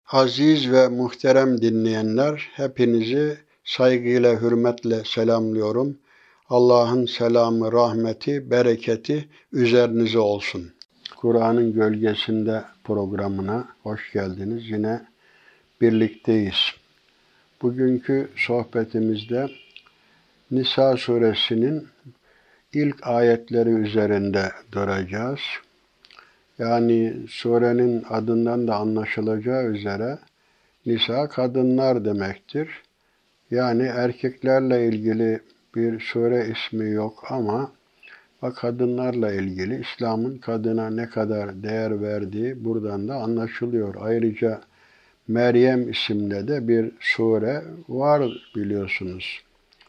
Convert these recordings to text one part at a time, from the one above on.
Aziz ve muhterem dinleyenler, hepinizi saygıyla, hürmetle selamlıyorum. Allah'ın selamı, rahmeti, bereketi üzerinize olsun. Kur'an'ın Gölgesinde programına hoş geldiniz. Yine birlikteyiz. Bugünkü sohbetimizde Nisa suresinin ilk ayetleri üzerinde duracağız. Yani surenin adından da anlaşılacağı üzere Nisa kadınlar demektir. Yani erkeklerle ilgili bir sure ismi yok ama kadınlarla ilgili İslam'ın kadına ne kadar değer verdiği buradan da anlaşılıyor. Ayrıca Meryem isimli de bir sure var biliyorsunuz.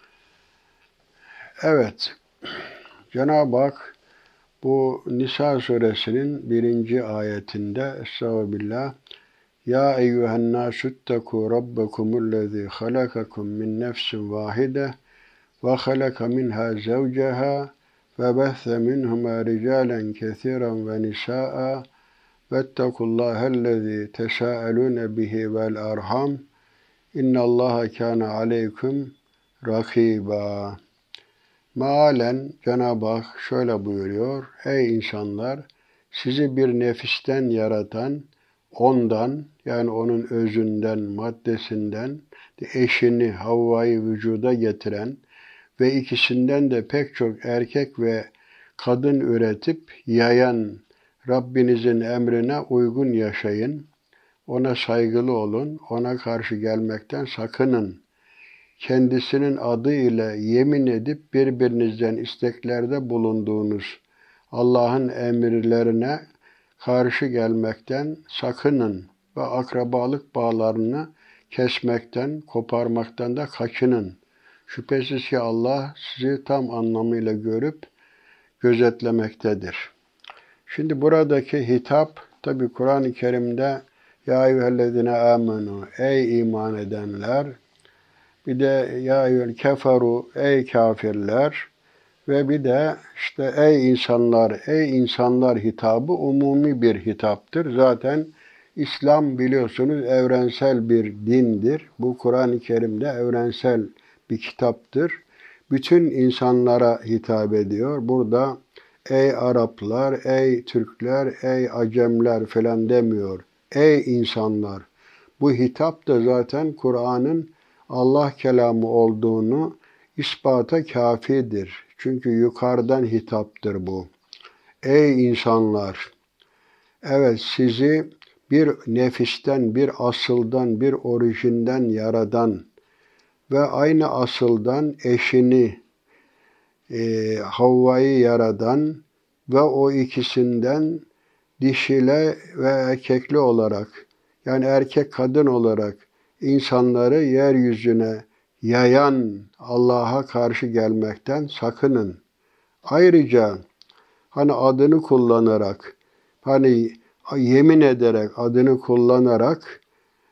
Evet, Cenab-ı Hak bu Nisa suresinin 1. ayetinde Estağfirullah Ya eyyühen nâsüttekû rabbekumullezî halakakum min nefsin vâhide ve halaka minhâ zevceha ve bethe minhumâ ricâlen kesîran ve nisâ'a vettekullâhellezî tesâelûne bihi vel arham innallâhe kâne aleyküm rakîbâ. Mealen Cenab-ı Hak şöyle buyuruyor. Ey insanlar! Sizi bir nefisten yaratan, ondan yani onun özünden, maddesinden eşini Havva'yı vücuda getiren ve ikisinden de pek çok erkek ve kadın üretip yayan Rabbinizin emrine uygun yaşayın. Ona saygılı olun, ona karşı gelmekten sakının. Kendisinin adı ile yemin edip birbirinizden isteklerde bulunduğunuz Allah'ın emirlerine karşı gelmekten sakının ve akrabalık bağlarını kesmekten, koparmaktan da kaçının. Şüphesiz ki Allah sizi tam anlamıyla görüp gözetlemektedir. Şimdi buradaki hitap, tabi Kur'an-ı Kerim'de Ya eyyühellezine amenu, ey iman edenler, bir de ya eyyühel keferu, ey kafirler ve bir de işte ey insanlar, ey insanlar hitabı umumi bir hitaptır. Zaten İslam biliyorsunuz evrensel bir dindir. Bu Kur'an-ı Kerim'de evrensel bir kitaptır. Bütün insanlara hitap ediyor. Burada ey Araplar, ey Türkler, ey Acemler falan demiyor. Ey insanlar. Bu hitap da zaten Kur'an'ın Allah kelamı olduğunu ispata kafidir. Çünkü yukarıdan hitaptır bu. Ey insanlar! Evet sizi bir nefisten, bir asıldan, bir orijinden yaradan ve aynı asıldan eşini Havva'yı yaradan ve o ikisinden dişile ve erkekli olarak yani erkek kadın olarak insanları yeryüzüne yayan Allah'a karşı gelmekten sakının. Ayrıca adını kullanarak, yemin ederek, adını kullanarak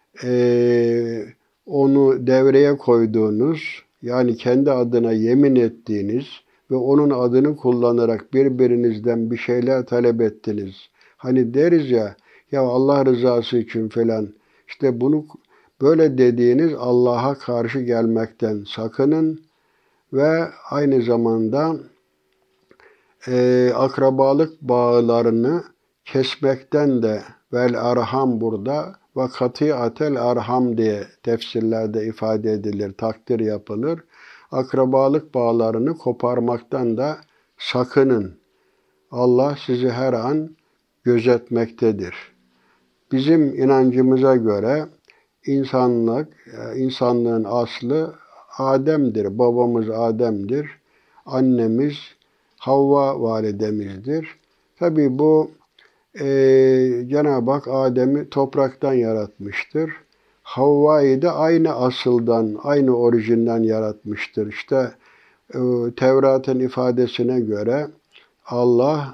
onu devreye koyduğunuz, yani kendi adına yemin ettiğiniz ve onun adını kullanarak birbirinizden bir şeyler talep ettiniz. Deriz ya Allah rızası için falan, işte bunu böyle dediğiniz Allah'a karşı gelmekten sakının ve aynı zamanda akrabalık bağlarını kesmekten de vel arham burada ve katiatel arham diye tefsirlerde ifade edilir, takdir yapılır. Akrabalık bağlarını koparmaktan da sakının. Allah sizi her an gözetmektedir. Bizim inancımıza göre insanlığın aslı Adem'dir. Babamız Adem'dir. Annemiz Havva validemizdir. Tabi bu Cenab-ı Hak Adem'i topraktan yaratmıştır. Havva'yı da aynı asıldan, aynı orijinden yaratmıştır. İşte Tevrat'ın ifadesine göre Allah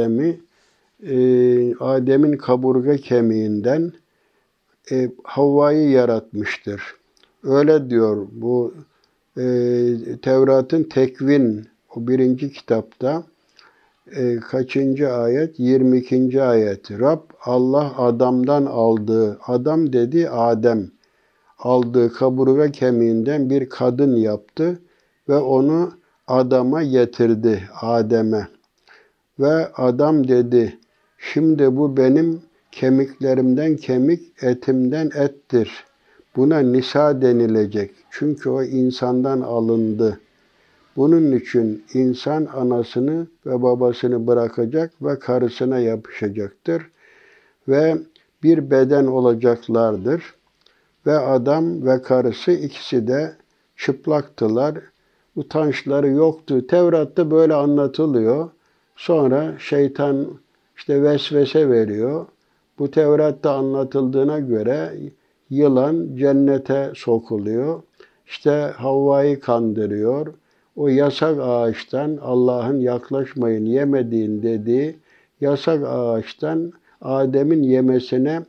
Adem'in kaburga kemiğinden Havva'yı yaratmıştır. Öyle diyor bu Tevrat'ın Tekvin, o 1. kitapta kaçıncı ayet? 22. ayet. Rab Allah adamdan aldığı, adam dedi Adem, aldığı kaburga kemiğinden bir kadın yaptı ve onu Adam'a getirdi, Adem'e. Ve adam dedi, şimdi bu benim kemiklerimden kemik, etimden ettir. Buna nisa denilecek. Çünkü o insandan alındı. Bunun için insan anasını ve babasını bırakacak ve karısına yapışacaktır. Ve bir beden olacaklardır. Ve adam ve karısı ikisi de çıplaktılar. Utançları yoktu. Tevrat'ta böyle anlatılıyor. Sonra şeytan işte vesvese veriyor. Bu Tevrat'ta anlatıldığına göre yılan cennete sokuluyor. İşte Havva'yı kandırıyor. O yasak ağaçtan Allah'ın yaklaşmayın yemediğin dediği yasak ağaçtan Adem'in yemesine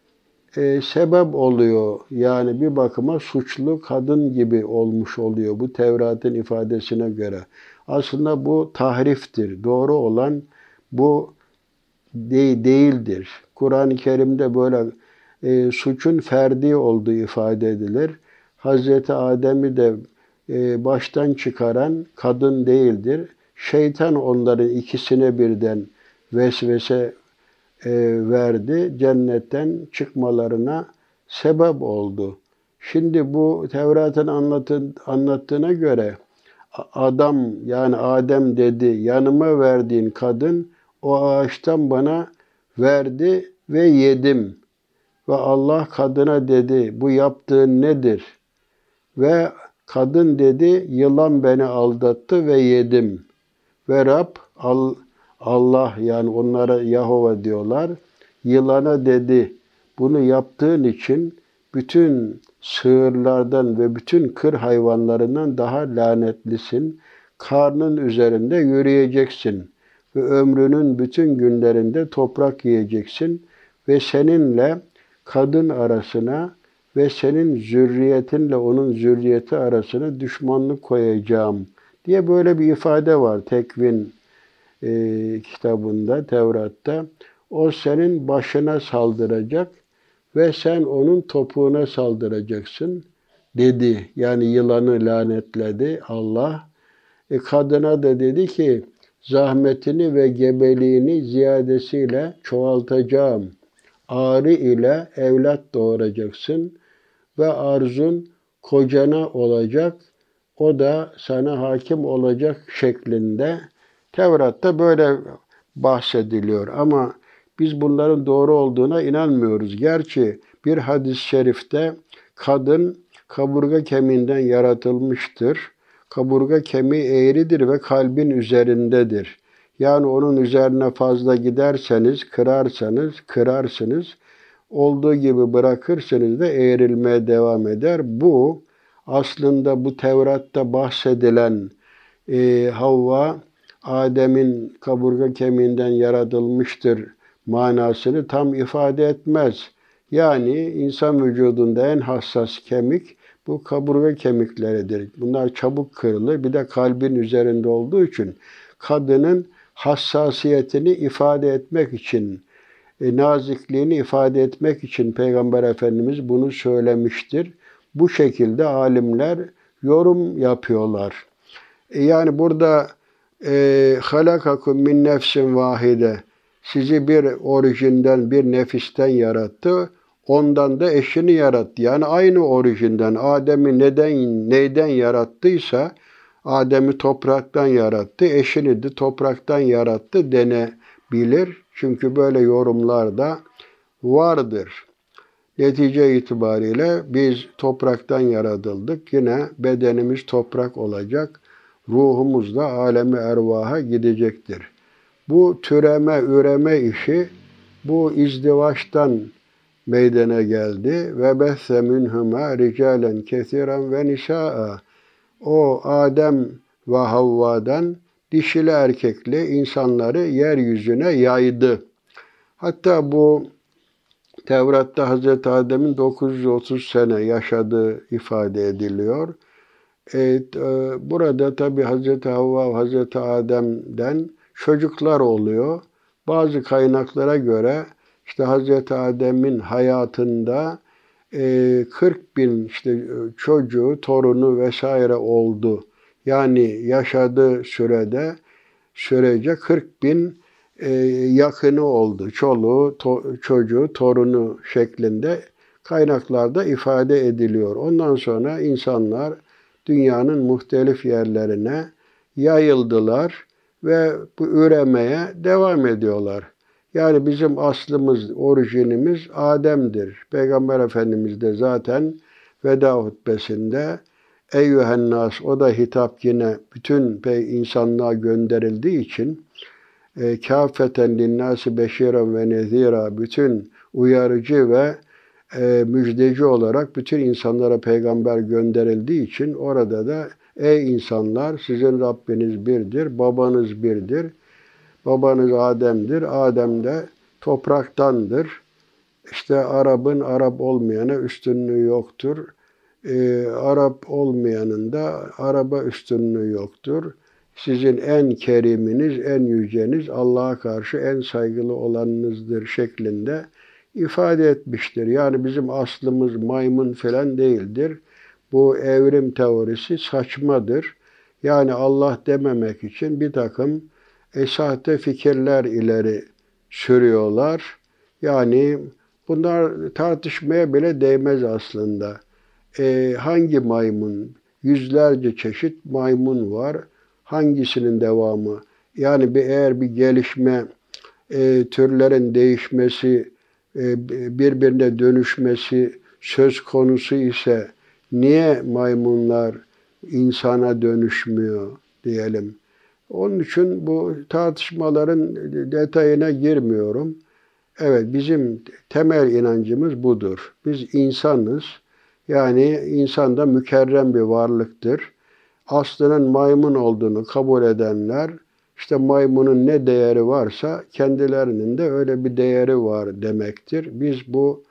sebep oluyor. Yani bir bakıma suçlu kadın gibi olmuş oluyor bu Tevrat'ın ifadesine göre. Aslında bu tahriftir. Doğru olan bu değildir. Kur'an-ı Kerim'de böyle suçun ferdi olduğu ifade edilir. Hazreti Adem'i de baştan çıkaran kadın değildir. Şeytan onların ikisine birden vesvese verdi. Cennetten çıkmalarına sebep oldu. Şimdi bu Tevrat'ın anlattığına göre adam yani Adem dedi yanıma verdiğin kadın o ağaçtan bana verdi ve yedim. Ve Allah kadına dedi bu yaptığın nedir? Ve kadın dedi yılan beni aldattı ve yedim. Ve Rab Allah yani onlara Yahova diyorlar. Yılana dedi bunu yaptığın için bütün sığırlardan ve bütün kır hayvanlarından daha lanetlisin. Karnın üzerinde yürüyeceksin ve ömrünün bütün günlerinde toprak yiyeceksin ve seninle kadın arasına ve senin zürriyetinle onun zürriyeti arasına düşmanlık koyacağım diye böyle bir ifade var Tekvin kitabında, Tevrat'ta. O senin başına saldıracak ve sen onun topuğuna saldıracaksın dedi. Yani yılanı lanetledi Allah. Kadına da dedi ki zahmetini ve gebeliğini ziyadesiyle çoğaltacağım. Ağrı ile evlat doğuracaksın ve arzun kocana olacak. O da sana hakim olacak şeklinde Tevrat'ta böyle bahsediliyor. Ama biz bunların doğru olduğuna inanmıyoruz. Gerçi bir hadis-i şerifte kadın kaburga kemiğinden yaratılmıştır. Kaburga kemiği eğridir ve kalbin üzerindedir. Yani onun üzerine fazla giderseniz, kırarsınız. Olduğu gibi bırakırsınız da eğrilmeye devam eder. Bu aslında bu Tevrat'ta bahsedilen Havva Adem'in kaburga kemiğinden yaratılmıştır manasını tam ifade etmez. Yani insan vücudunda en hassas kemik bu kaburga kemikleridir. Bunlar çabuk kırılır. Bir de kalbin üzerinde olduğu için kadının hassasiyetini ifade etmek için, nazikliğini ifade etmek için Peygamber Efendimiz bunu söylemiştir. Bu şekilde alimler yorum yapıyorlar. Yani burada halakakum min nefsin vahide. Sizi bir orijinden, bir nefisten yarattı. Ondan da eşini yarattı. Yani aynı orijinden Adem'i neyden yarattıysa Adem'i topraktan yarattı, eşini de topraktan yarattı denebilir. Çünkü böyle yorumlar da vardır. Netice itibariyle biz topraktan yaratıldık. Yine bedenimiz toprak olacak. Ruhumuz da alemi ervaha gidecektir. Bu türeme, üreme işi bu izdivaçtan meydana geldi. Ve besse minhuma ricalen kesiren ve nisaa. O Adem ve Havva'dan dişili erkekli insanları yeryüzüne yaydı. Hatta bu Tevrat'ta Hazreti Adem'in 930 sene yaşadığı ifade ediliyor. Burada tabi Hazreti Havva ve Hazreti Adem'den çocuklar oluyor. Bazı kaynaklara göre işte Hazreti Adem'in hayatında 40 bin işte çocuğu, torunu vesaire oldu. Yani yaşadığı sürece 40 bin yakını oldu. Çoluğu, çocuğu, torunu şeklinde kaynaklarda ifade ediliyor. Ondan sonra insanlar dünyanın muhtelif yerlerine yayıldılar ve bu üremeye devam ediyorlar. Yani bizim aslımız, orijinimiz Adem'dir. Peygamber Efendimiz de zaten veda hutbesinde Eyyühennas, o da hitap yine bütün insanlığa gönderildiği için kâfeten linnâsi beşîren ve nezîrâ, bütün uyarıcı ve müjdeci olarak bütün insanlara peygamber gönderildiği için orada da ey insanlar, sizin Rabbiniz birdir, babanız birdir. Babanız Adem'dir. Adem de topraktandır. İşte Arap'ın Arap olmayana üstünlüğü yoktur. Arap olmayanın da Arap'a üstünlüğü yoktur. Sizin en keriminiz, en yüceniz, Allah'a karşı en saygılı olanınızdır şeklinde ifade etmiştir. Yani bizim aslımız maymun falan değildir. Bu evrim teorisi saçmadır. Yani Allah dememek için bir takım sahte fikirler ileri sürüyorlar. Yani bunlar tartışmaya bile değmez aslında. Hangi maymun? Yüzlerce çeşit maymun var. Hangisinin devamı? Yani eğer bir gelişme, türlerin değişmesi, birbirine dönüşmesi söz konusu ise niye maymunlar insana dönüşmüyor diyelim. Onun için bu tartışmaların detayına girmiyorum. Evet, bizim temel inancımız budur. Biz insanız. Yani insan da mükerrem bir varlıktır. Aslının maymun olduğunu kabul edenler, işte maymunun ne değeri varsa kendilerinin de öyle bir değeri var demektir. Biz bu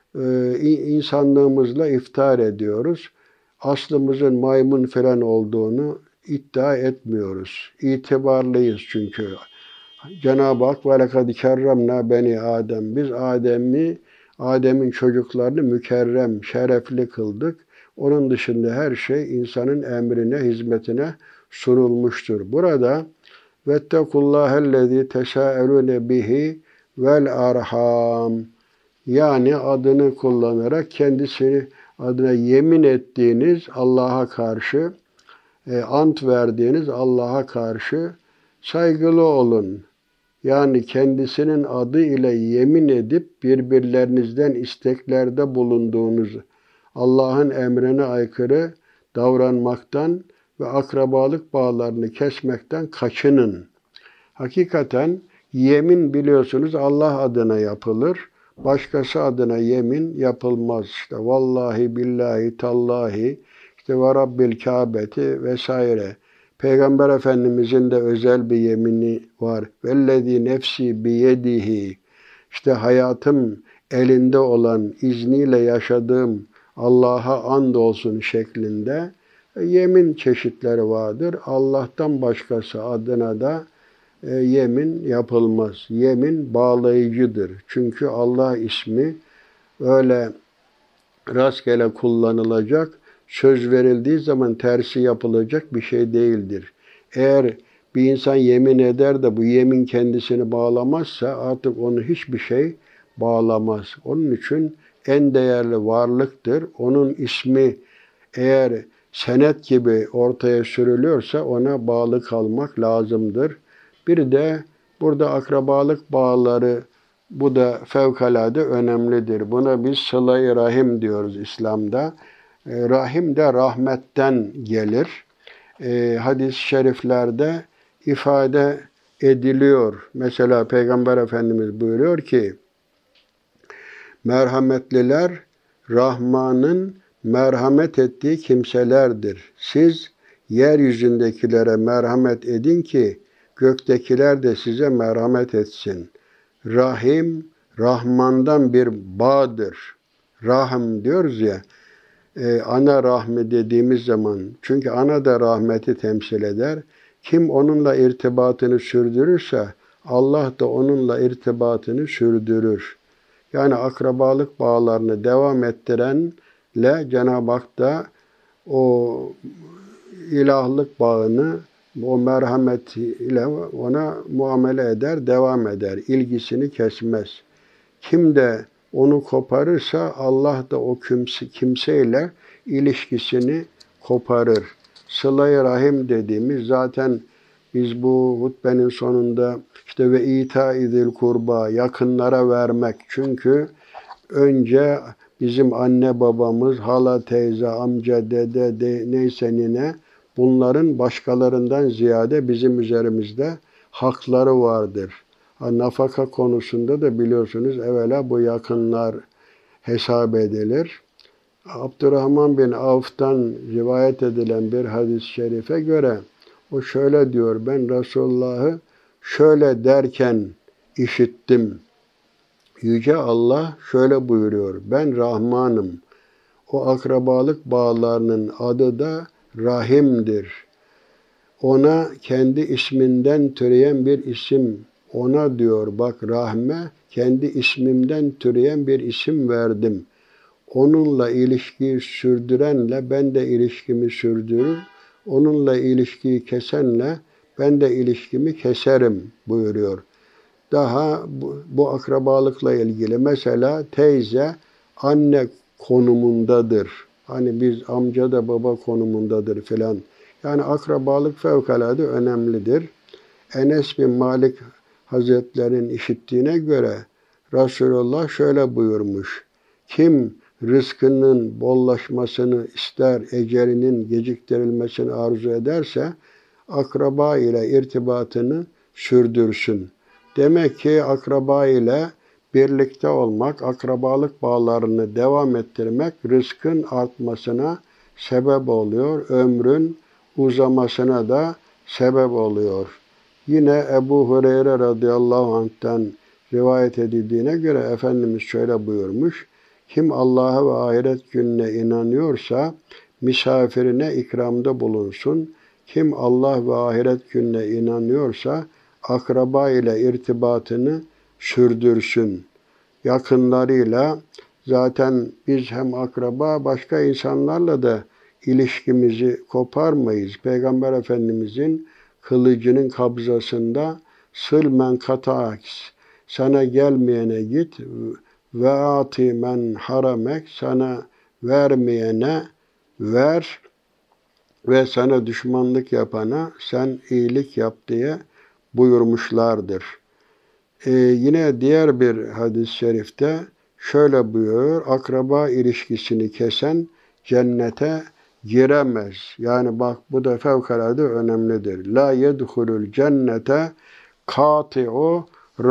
insanlığımızla iftihar ediyoruz. Aslımızın maymun falan olduğunu iddia etmiyoruz. İtibarlıyız çünkü. Cenab-ı Hak وَلَقَدْ كَرَّمْنَا beni Adem. Biz Adem'in çocuklarını mükerrem, şerefli kıldık. Onun dışında her şey insanın emrine, hizmetine sunulmuştur. Burada وَاتَّقُوا tesâelûne bihi vel arham. Yani adını kullanarak kendisini adına yemin ettiğiniz Allah'a karşı, ant verdiğiniz Allah'a karşı saygılı olun. Yani kendisinin adı ile yemin edip birbirlerinizden isteklerde bulunduğunuz Allah'ın emrine aykırı davranmaktan ve akrabalık bağlarını kesmekten kaçının. Hakikaten yemin biliyorsunuz Allah adına yapılır. Başkası adına yemin yapılmaz. İşte vallahi billahi tallahi, işte ve Rabbil Kâbeti vesaire. Peygamber Efendimizin de özel bir yemini var. Vellezî nefsi biyedihi. İşte hayatım elinde olan, izniyle yaşadığım Allah'a andolsun şeklinde yemin çeşitleri vardır. Allah'tan başkası adına da yemin yapılmaz. Yemin bağlayıcıdır. Çünkü Allah ismi öyle rastgele kullanılacak, söz verildiği zaman tersi yapılacak bir şey değildir. Eğer bir insan yemin eder de bu yemin kendisini bağlamazsa artık onu hiçbir şey bağlamaz. Onun için en değerli varlıktır. Onun ismi eğer senet gibi ortaya sürülüyorsa ona bağlı kalmak lazımdır. Bir de burada akrabalık bağları, bu da fevkalade önemlidir. Buna biz sıla-i rahim diyoruz İslam'da. Rahim de rahmetten gelir. Hadis-i şeriflerde ifade ediliyor. Mesela Peygamber Efendimiz buyuruyor ki, merhametliler Rahman'ın merhamet ettiği kimselerdir. Siz yeryüzündekilere merhamet edin ki göktekiler de size merhamet etsin. Rahim, Rahman'dan bir bağdır. Rahim diyoruz ya, ana rahmi dediğimiz zaman, çünkü ana da rahmeti temsil eder. Kim onunla irtibatını sürdürürse Allah da onunla irtibatını sürdürür. Yani akrabalık bağlarını devam ettirenle Cenab-ı Hak da o ilahlık bağını o merhamet ile ona muamele eder, devam eder. İlgisini kesmez. Kim de onu koparırsa Allah da o kimseyle ilişkisini koparır. Sıla-i Rahim dediğimiz zaten biz bu hutbenin sonunda işte ve ita-izil kurba yakınlara vermek. Çünkü önce bizim anne babamız, hala, teyze, amca, dede, neyse nine bunların başkalarından ziyade bizim üzerimizde hakları vardır. Nafaka konusunda da biliyorsunuz evvela bu yakınlar hesap edilir. Abdurrahman bin Avf'tan rivayet edilen bir hadis-i şerife göre o şöyle diyor, ben Resulullah'ı şöyle derken işittim. Yüce Allah şöyle buyuruyor, ben Rahmanım. O akrabalık bağlarının adı da Rahim'dir. Ona kendi isminden türeyen bir isim, ona diyor bak Rahme, kendi ismimden türeyen bir isim verdim. Onunla ilişkiyi sürdürenle ben de ilişkimi sürdürür, onunla ilişkiyi kesenle ben de ilişkimi keserim buyuruyor. Daha bu akrabalıkla ilgili mesela teyze anne konumundadır. Hani biz amca da baba konumundadır filan. Yani akrabalık fevkalade önemlidir. Enes bin Malik Hazretleri'nin işittiğine göre Resulullah şöyle buyurmuş. Kim rızkının bollaşmasını ister, ecelinin geciktirilmesini arzu ederse akraba ile irtibatını sürdürsün. Demek ki akraba ile birlikte olmak, akrabalık bağlarını devam ettirmek rızkın artmasına sebep oluyor, ömrün uzamasına da sebep oluyor. Yine Ebu Hureyre radıyallahu anh'tan rivayet edildiğine göre Efendimiz şöyle buyurmuş, kim Allah'a ve ahiret gününe inanıyorsa misafirine ikramda bulunsun. Kim Allah ve ahiret gününe inanıyorsa akraba ile irtibatını sürdürsün. Yakınlarıyla zaten biz hem akraba başka insanlarla da ilişkimizi koparmayız. Peygamber Efendimizin kılıcının kabzasında sıl men kata'aks, sana gelmeyene git ve ati men haramek, sana vermeyene ver ve sana düşmanlık yapana sen iyilik yap diye buyurmuşlardır. Yine diğer bir hadis-i şerifte şöyle buyuruyor, akraba ilişkisini kesen cennete giremez. Yani bak bu da fevkalade önemlidir. La yedhulul cennete kati'u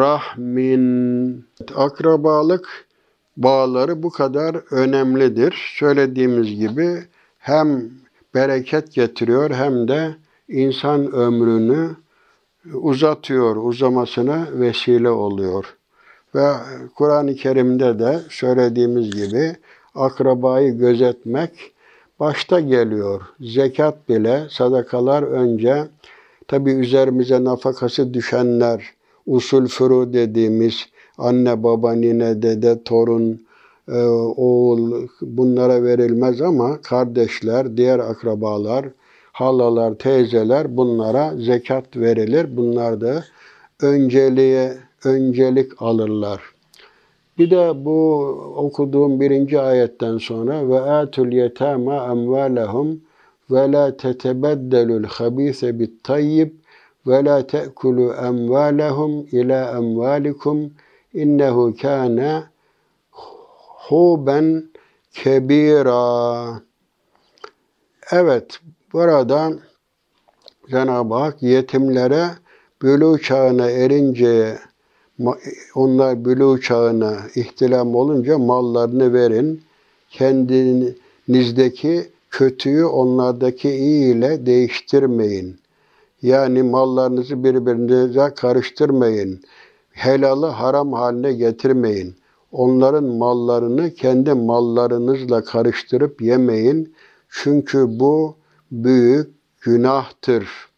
rahmin. Akrabalık bağları bu kadar önemlidir. Söylediğimiz gibi hem bereket getiriyor hem de insan ömrünü uzatıyor, uzamasına vesile oluyor. Ve Kur'an-ı Kerim'de de söylediğimiz gibi akrabayı gözetmek başta geliyor. Zekat bile, sadakalar önce, tabi üzerimize nafakası düşenler, usul furu dediğimiz anne, baba, nine, dede, torun, oğul bunlara verilmez ama kardeşler, diğer akrabalar, halalar, teyzeler bunlara zekat verilir. Bunlar da öncelik alırlar. Bir de bu okuduğum 1. ayetten sonra ve atul yetama emvalehum ve la tetebeddelul habise bit tayyib ve la te'kulu emvalehum ila emvalikum innehu kana huben kebira. Evet, burada Cenab-ı Hak yetimlere bülûğ çağına erince, onlar bülûğ çağına ihtilam olunca mallarını verin. Kendinizdeki kötüyü onlardaki iyi ile değiştirmeyin. Yani mallarınızı birbirinize karıştırmayın. Helalı haram haline getirmeyin. Onların mallarını kendi mallarınızla karıştırıp yemeyin. Çünkü bu büyük günahtır.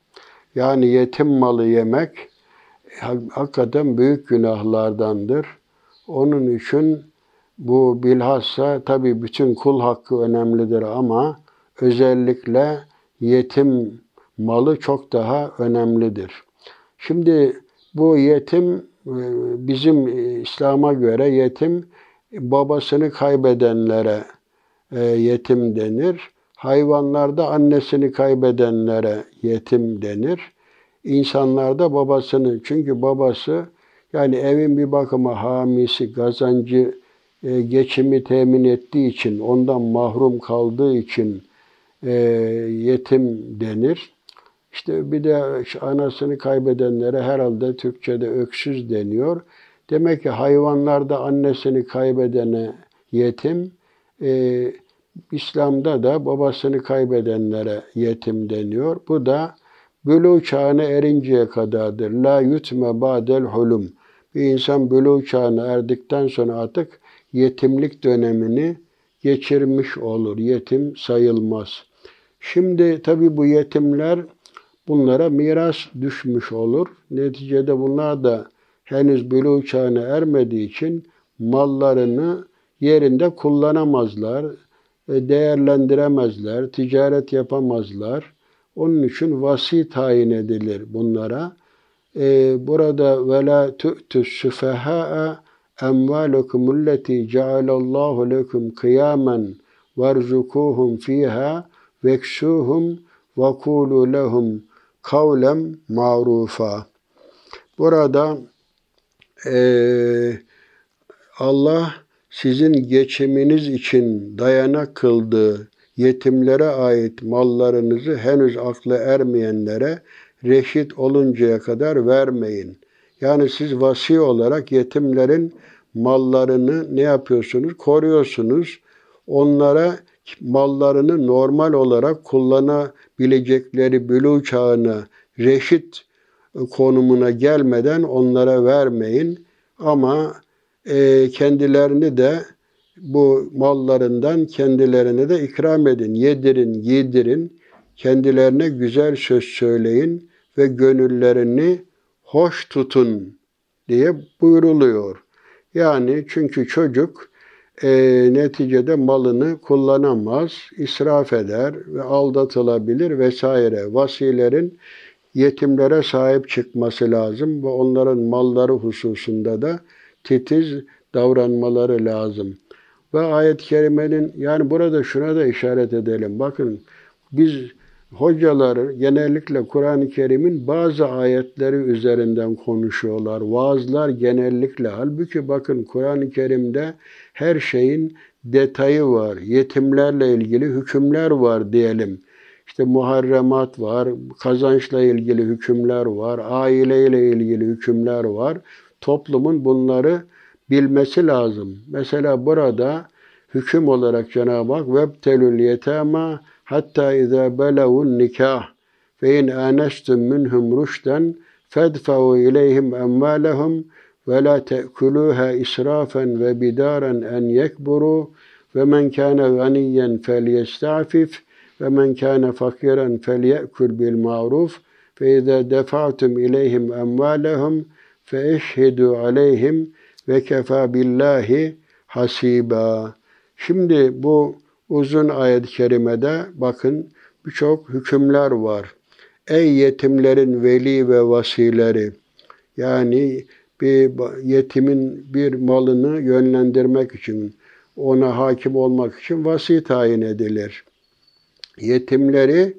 Yani yetim malı yemek hakikaten büyük günahlardandır. Onun için bu bilhassa tabii bütün kul hakkı önemlidir ama özellikle yetim malı çok daha önemlidir. Şimdi bu yetim bizim İslam'a göre yetim babasını kaybedenlere yetim denir. Hayvanlarda annesini kaybedenlere yetim denir. İnsanlarda babasını, çünkü babası yani evin bir bakıma hamisi, kazancı, geçimi temin ettiği için, ondan mahrum kaldığı için yetim denir. İşte bir de anasını kaybedenlere herhalde Türkçe'de öksüz deniyor. Demek ki hayvanlarda annesini kaybedene yetim, İslam'da da babasını kaybedenlere yetim deniyor. Bu da buluğ çağına erinceye kadardır. La yutme ba'del hulum. Bir insan buluğ çağına erdikten sonra artık yetimlik dönemini geçirmiş olur. Yetim sayılmaz. Şimdi tabii bu yetimler bunlara miras düşmüş olur. Neticede bunlar da henüz buluğ çağına ermediği için mallarını yerinde kullanamazlar, değerlendiremezler, ticaret yapamazlar. Onun için vasi tayin edilir bunlara. Burada ve la tu'tus sufaha'a emvalukum allati cealallahu lekum kıyamen verzukuhum fiha veksuhum ve kulu lehum kavlem ma'rufa. Burada Allah sizin geçiminiz için dayanak kıldığı yetimlere ait mallarınızı henüz aklı ermeyenlere reşit oluncaya kadar vermeyin. Yani siz vasi olarak yetimlerin mallarını ne yapıyorsunuz? Koruyorsunuz. Onlara mallarını normal olarak kullanabilecekleri buluğ çağına, reşit konumuna gelmeden onlara vermeyin. Ama kendilerini de bu mallarından kendilerine de ikram edin. Yedirin, giydirin. Kendilerine güzel söz söyleyin ve gönüllerini hoş tutun diye buyruluyor. Yani çünkü çocuk neticede malını kullanamaz, israf eder ve aldatılabilir vesaire. Vasilerin yetimlere sahip çıkması lazım ve onların malları hususunda da titiz davranmaları lazım. Ve ayet-i kerimenin, yani burada şuna da işaret edelim. Bakın biz hocaları genellikle Kur'an-ı Kerim'in bazı ayetleri üzerinden konuşuyorlar. Vaazlar genellikle. Halbuki bakın Kur'an-ı Kerim'de her şeyin detayı var. Yetimlerle ilgili hükümler var diyelim. İşte muharremat var, kazançla ilgili hükümler var, aileyle ilgili hükümler var. Toplumun bunları bilmesi lazım. Mesela burada hüküm olarak Cenab-ı Hak وَبْتَلُوا الْيَتَامَا hatta izâ belevun nikah ve in ânestum minhum rüşden fedfa'u ileyhim emvâlehum ve la te'kulûhâ israfen ve bidâren en yekburû ve men kâne ganiyyen felyesta'fif ve men kâne fakiren felyekul bil ma'ruf fe izâ defa'tum ileyhim emvâlehum fe eşhedû aleyhim ve kefâ billahi hasîbâ. Şimdi bu uzun ayet-i kerimede bakın birçok hükümler var. Ey yetimlerin veli ve vasileri, yani bir yetimin bir malını yönlendirmek için, ona hakim olmak için vasi tayin edilir. Yetimleri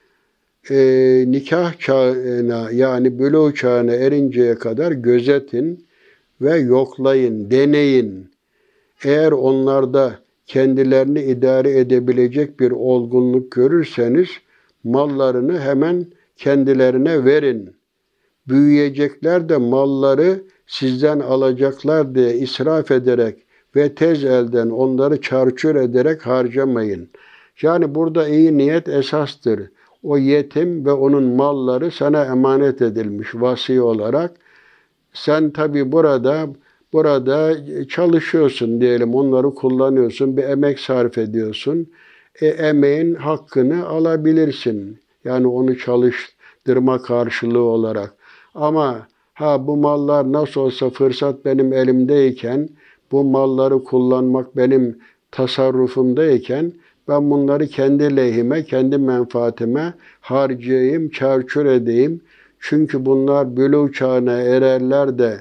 nikah çağına, yani buluğ çağına erinceye kadar gözetin ve yoklayın, deneyin. Eğer onlarda kendilerini idare edebilecek bir olgunluk görürseniz mallarını hemen kendilerine verin. Büyüyecekler de malları sizden alacaklar diye israf ederek ve tez elden onları çarçur ederek harcamayın. Yani burada iyi niyet esastır. O yetim ve onun malları sana emanet edilmiş vasi olarak. Sen tabi burada çalışıyorsun diyelim, onları kullanıyorsun, bir emek sarf ediyorsun. Emeğin hakkını alabilirsin. Yani onu yaptırma karşılığı olarak. Ama bu mallar nasıl olsa fırsat benim elimdeyken, bu malları kullanmak benim tasarrufumdayken ben bunları kendi lehime, kendi menfaatime harcayayım, çarçur edeyim. Çünkü bunlar bülûğ çağına ererler de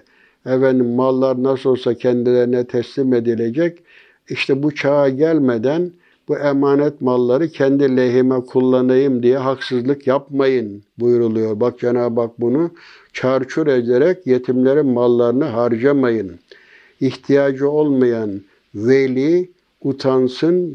mallar nasıl olsa kendilerine teslim edilecek. İşte bu çağa gelmeden bu emanet malları kendi lehime kullanayım diye haksızlık yapmayın buyuruluyor. Bak Cenab-ı Hak bunu çarçur ederek yetimlerin mallarını harcamayın. İhtiyacı olmayan veli utansın,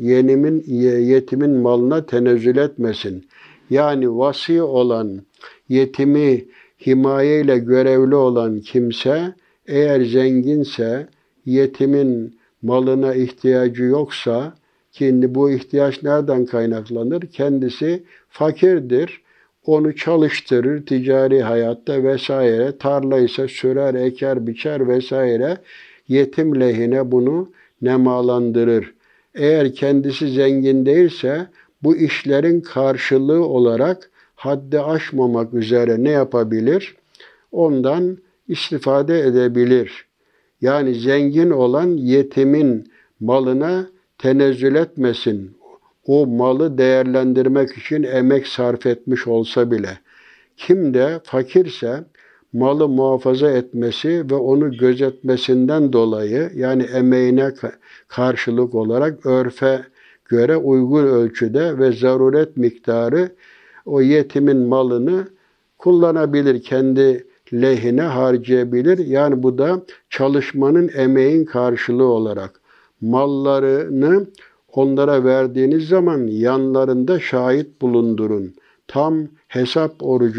yetimin malına tenezzül etmesin. Yani vasi olan, yetimi himayeyle görevli olan kimse eğer zenginse, yetimin malına ihtiyacı yoksa, ki bu ihtiyaç nereden kaynaklanır? Kendisi fakirdir. Onu çalıştırır ticari hayatta vesaire. Tarla ise sürer, eker, biçer vesaire. Yetim lehine bunu nemalandırır. Eğer kendisi zengin değilse bu işlerin karşılığı olarak haddi aşmamak üzere ne yapabilir? Ondan istifade edebilir. Yani zengin olan yetimin malına tenezzül etmesin. O malı değerlendirmek için emek sarf etmiş olsa bile. Kim de fakirse malı muhafaza etmesi ve onu gözetmesinden dolayı yani emeğine karşılık olarak örfe göre uygun ölçüde ve zaruret miktarı o yetimin malını kullanabilir, kendi lehine harcayabilir. Yani bu da çalışmanın, emeğin karşılığı olarak. Mallarını onlara verdiğiniz zaman yanlarında şahit bulundurun. Tam hesap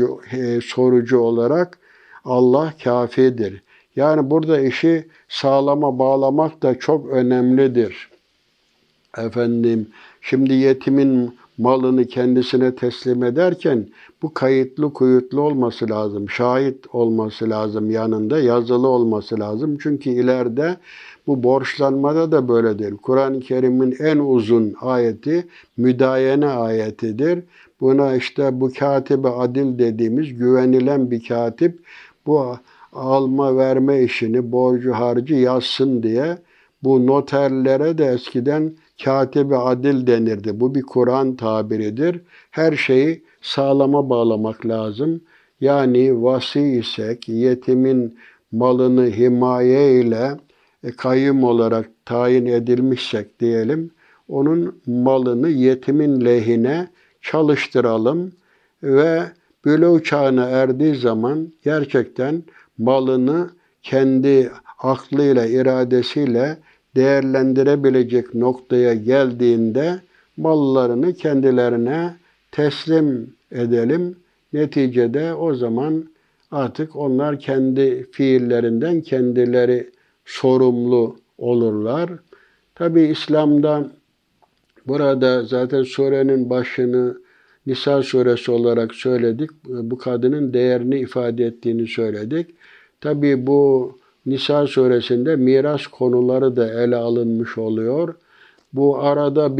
sorucu olarak Allah kafidir. Yani burada işi sağlama bağlamak da çok önemlidir. Şimdi yetimin malını kendisine teslim ederken bu kayıtlı kuyutlu olması lazım. Şahit olması lazım yanında, yazılı olması lazım. Çünkü ileride bu borçlanmada da böyledir. Kur'an-ı Kerim'in en uzun ayeti müdayene ayetidir. Buna işte bu katibe adil dediğimiz güvenilen bir katip bu alma verme işini, borcu harcı yazsın diye bu noterlere de eskiden katibe adil denirdi. Bu bir Kur'an tabiridir. Her şeyi sağlama bağlamak lazım. Yani vasi isek, yetimin malını himaye ile kayyum olarak tayin edilmişsek diyelim, onun malını yetimin lehine çalıştıralım ve bülûğ çağına erdiği zaman gerçekten malını kendi aklıyla, iradesiyle değerlendirebilecek noktaya geldiğinde mallarını kendilerine teslim edelim. Neticede o zaman artık onlar kendi fiillerinden kendileri sorumlu olurlar. Tabi İslam'da burada zaten surenin başını Nisa suresi olarak söyledik. Bu kadının değerini ifade ettiğini söyledik. Tabi bu Nisa suresinde miras konuları da ele alınmış oluyor. Bu arada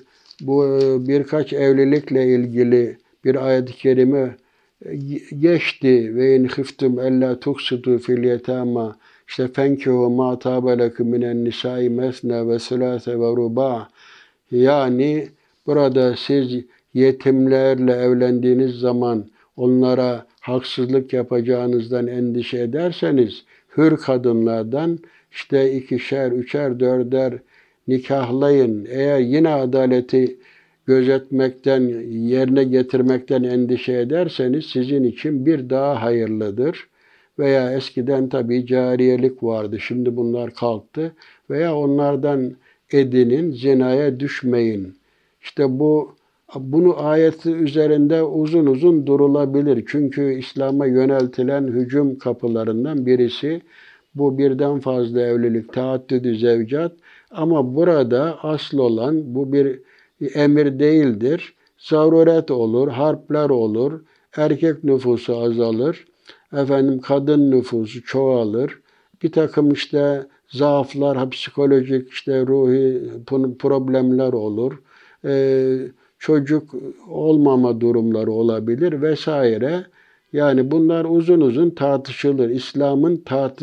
birkaç evlilikle ilgili bir ayet-i kerime geçti. Ve in khiftum alla tuksitu fil yetama işte fenkihu ma tabe lekum minen nisai mesne ve sülase ve ruba. Yani burada siz yetimlerle evlendiğiniz zaman onlara haksızlık yapacağınızdan endişe ederseniz hür kadınlardan işte 2'şer, 3'er, 4'er nikahlayın. Eğer yine adaleti gözetmekten, yerine getirmekten endişe ederseniz sizin için bir daha hayırlıdır. Veya eskiden tabii cariyelik vardı. Şimdi bunlar kalktı. Veya onlardan edinin, zinaya düşmeyin. İşte bunu ayeti üzerinde uzun uzun durulabilir. Çünkü İslam'a yöneltilen hücum kapılarından birisi bu birden fazla evlilik, taaddüdü zevcat. Ama burada asıl olan bu bir emir değildir. Zaruret olur, harpler olur, erkek nüfusu azalır, kadın nüfusu çoğalır. Bir takım işte zaaflar, psikolojik ruhi problemler olur. Çocuk olmama durumları olabilir vesaire. Yani bunlar uzun uzun tartışılır. İslam'ın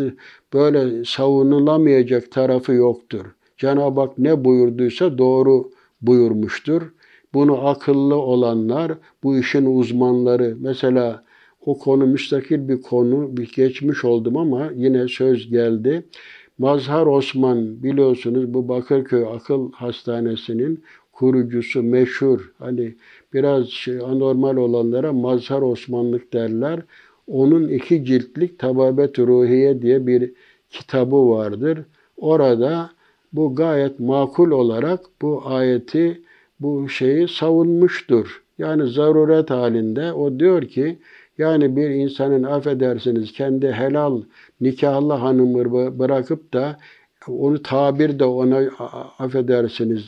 böyle savunulamayacak tarafı yoktur. Cenab-ı Hak ne buyurduysa doğru buyurmuştur. Bunu akıllı olanlar, bu işin uzmanları, mesela o konu müstakil bir konu, bir geçmiş oldum ama yine söz geldi. Mazhar Osman, biliyorsunuz bu Bakırköy Akıl Hastanesi'nin kurucusu, meşhur. Hani biraz anormal olanlara Mazhar Osmanlık derler. Onun 2 ciltlik Tababet-i Ruhiye diye bir kitabı vardır. Orada bu gayet makul olarak bu ayeti, bu şeyi savunmuştur. Yani zaruret halinde o diyor ki, yani bir insanın affedersiniz kendi helal nikahlı hanımı bırakıp da onu tabir de ona affedersiniz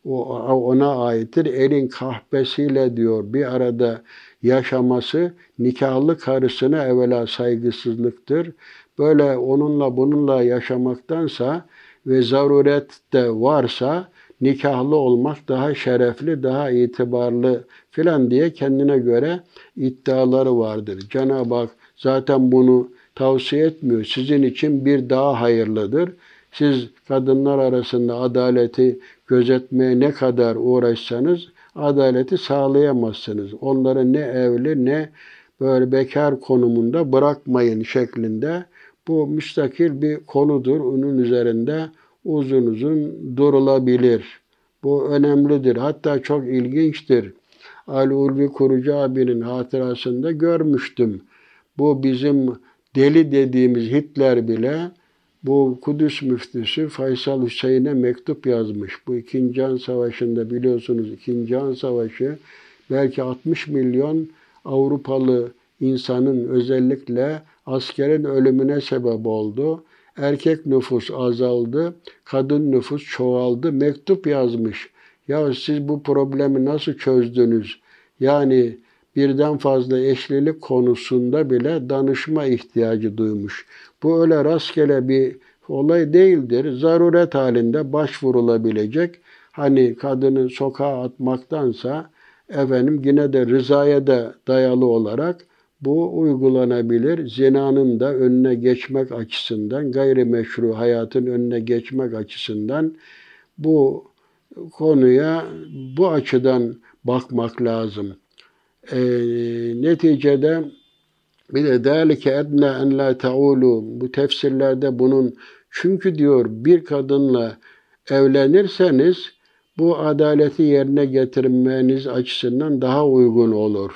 ona aittir. Elin kahvesiyle diyor bir arada yaşaması nikahlı karısına evvela saygısızlıktır. Böyle onunla bununla yaşamaktansa ve zaruret de varsa nikahlı olmak daha şerefli, daha itibarlı filan diye kendine göre iddiaları vardır. Cenab-ı Hak zaten bunu tavsiye etmiyor. Sizin için bir daha hayırlıdır. Siz kadınlar arasında adaleti gözetmeye ne kadar uğraşsanız adaleti sağlayamazsınız. Onları ne evli ne böyle bekar konumunda bırakmayın şeklinde. Bu müstakil bir konudur. Onun üzerinde uzun uzun durulabilir. Bu önemlidir. Hatta çok ilginçtir. Ali Ulvi Kurucu abinin hatırasında görmüştüm. Bu bizim deli dediğimiz Hitler bile bu Kudüs müftüsü Faysal Hüseyin'e mektup yazmış. Bu 2. Cihan Savaşı'nda biliyorsunuz 2. Cihan Savaşı belki 60 milyon Avrupalı insanın özellikle askerin ölümüne sebep oldu. Erkek nüfus azaldı, kadın nüfus çoğaldı. Mektup yazmış. Ya siz bu problemi nasıl çözdünüz? Yani birden fazla eşlilik konusunda bile danışma ihtiyacı duymuş. Bu öyle rastgele bir olay değildir. Zaruret halinde başvurulabilecek. Hani kadını sokağa atmaktansa efendim yine de rızaya da dayalı olarak bu uygulanabilir. Zinanın da önüne geçmek açısından, gayrimeşru hayatın önüne geçmek açısından bu konuya bu açıdan bakmak lazım. Neticede bir de dâlike ednâ en lâ teûlû, bu tefsirlerde bunun, çünkü diyor bir kadınla evlenirseniz bu adaleti yerine getirmeniz açısından daha uygun olur.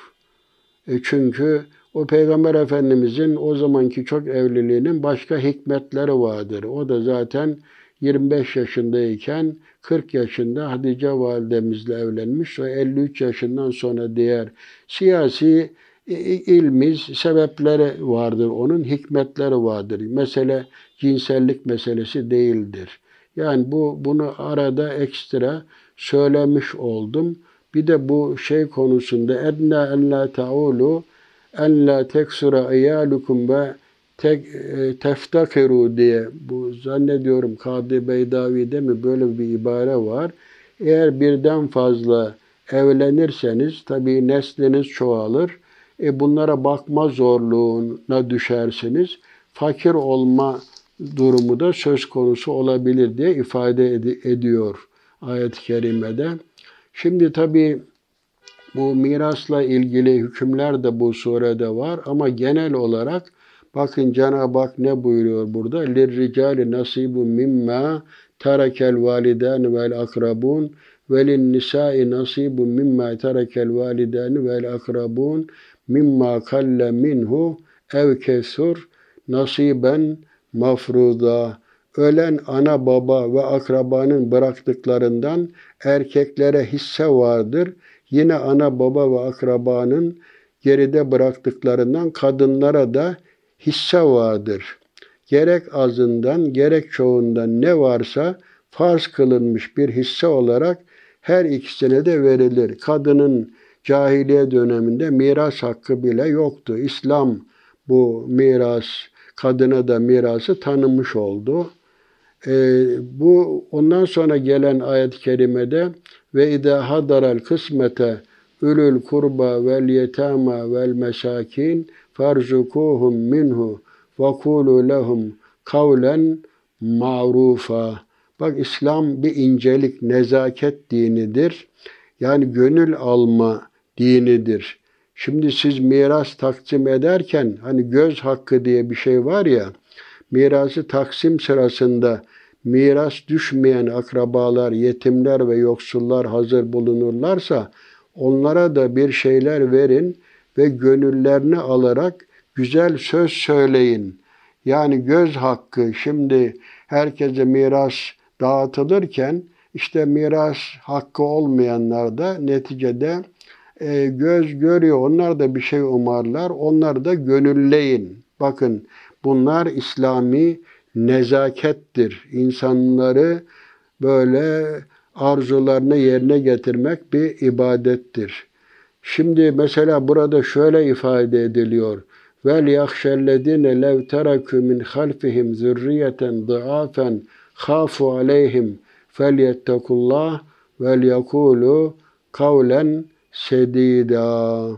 Çünkü o Peygamber Efendimizin o zamanki çok evliliğinin başka hikmetleri vardır. O da zaten 25 yaşındayken 40 yaşında Hatice validemizle evlenmiş ve 53 yaşından sonra diğer siyasi ilmi sebepleri vardır. Onun hikmetleri vardır. Mesele cinsellik meselesi değildir. Yani bunu arada ekstra söylemiş oldum. Bir de bu şey konusunda edna en la taulu en la teksura iyalukum ve teftakiru diye, bu zannediyorum Kadı Beydavi'de mi böyle bir ibare var. Eğer birden fazla evlenirseniz tabii nesliniz çoğalır. Bunlara bakma zorluğuna düşersiniz. Fakir olma durumu da söz konusu olabilir diye ifade ediyor ayet-i kerimede. Şimdi tabii bu mirasla ilgili hükümler de bu surede var ama genel olarak bakın Cenab-ı Hak ne buyuruyor burada? لِلْرِجَالِ نَصِيبٌ مِمَّا تَرَكَ الْوَالِدَانِ وَالْاَقْرَبُونَ وَلِلنِّسَاءِ نَصِيبٌ مِمَّا تَرَكَ الْوَالِدَانِ وَالْاَقْرَبُونَ مِمَّا قَلَّ مِنْهُ اَوْ كَثُرَ نَصِيبًا مَفْرُوضًا. Ölen ana baba ve akrabanın bıraktıklarından erkeklere hisse vardır. Yine ana baba ve akrabanın geride bıraktıklarından kadınlara da hisse vardır. Gerek azından gerek çoğundan ne varsa farz kılınmış bir hisse olarak her ikisine de verilir. Kadının cahiliye döneminde miras hakkı bile yoktu. İslam bu miras, kadına da mirası tanımış oldu. Bu ondan sonra gelen ayet-i kerimede ve idâ hadaral kısmete ulul kurba vel yetâmâ vel mesâkîn farzukuhum minhu ve kulu lehum kavlen ma'rufa. Bak İslam bir incelik, nezaket dinidir. Yani gönül alma dinidir. Şimdi siz miras taksim ederken hani göz hakkı diye bir şey var ya, mirası taksim sırasında miras düşmeyen akrabalar, yetimler ve yoksullar hazır bulunurlarsa onlara da bir şeyler verin ve gönüllerini alarak güzel söz söyleyin. Yani göz hakkı, şimdi herkese miras dağıtılırken işte miras hakkı olmayanlar da neticede göz görüyor. Onlar da bir şey umarlar. Onlar da gönülleyin. Bakın bunlar İslami nezakettir. İnsanları böyle arzularını yerine getirmek bir ibadettir. Şimdi mesela burada şöyle ifade ediliyor. Vel yahşellezine lev teraku min halfihim zürriyeten dıafen khafu aleyhim felyettakullah vel yekulu kavlen sedida.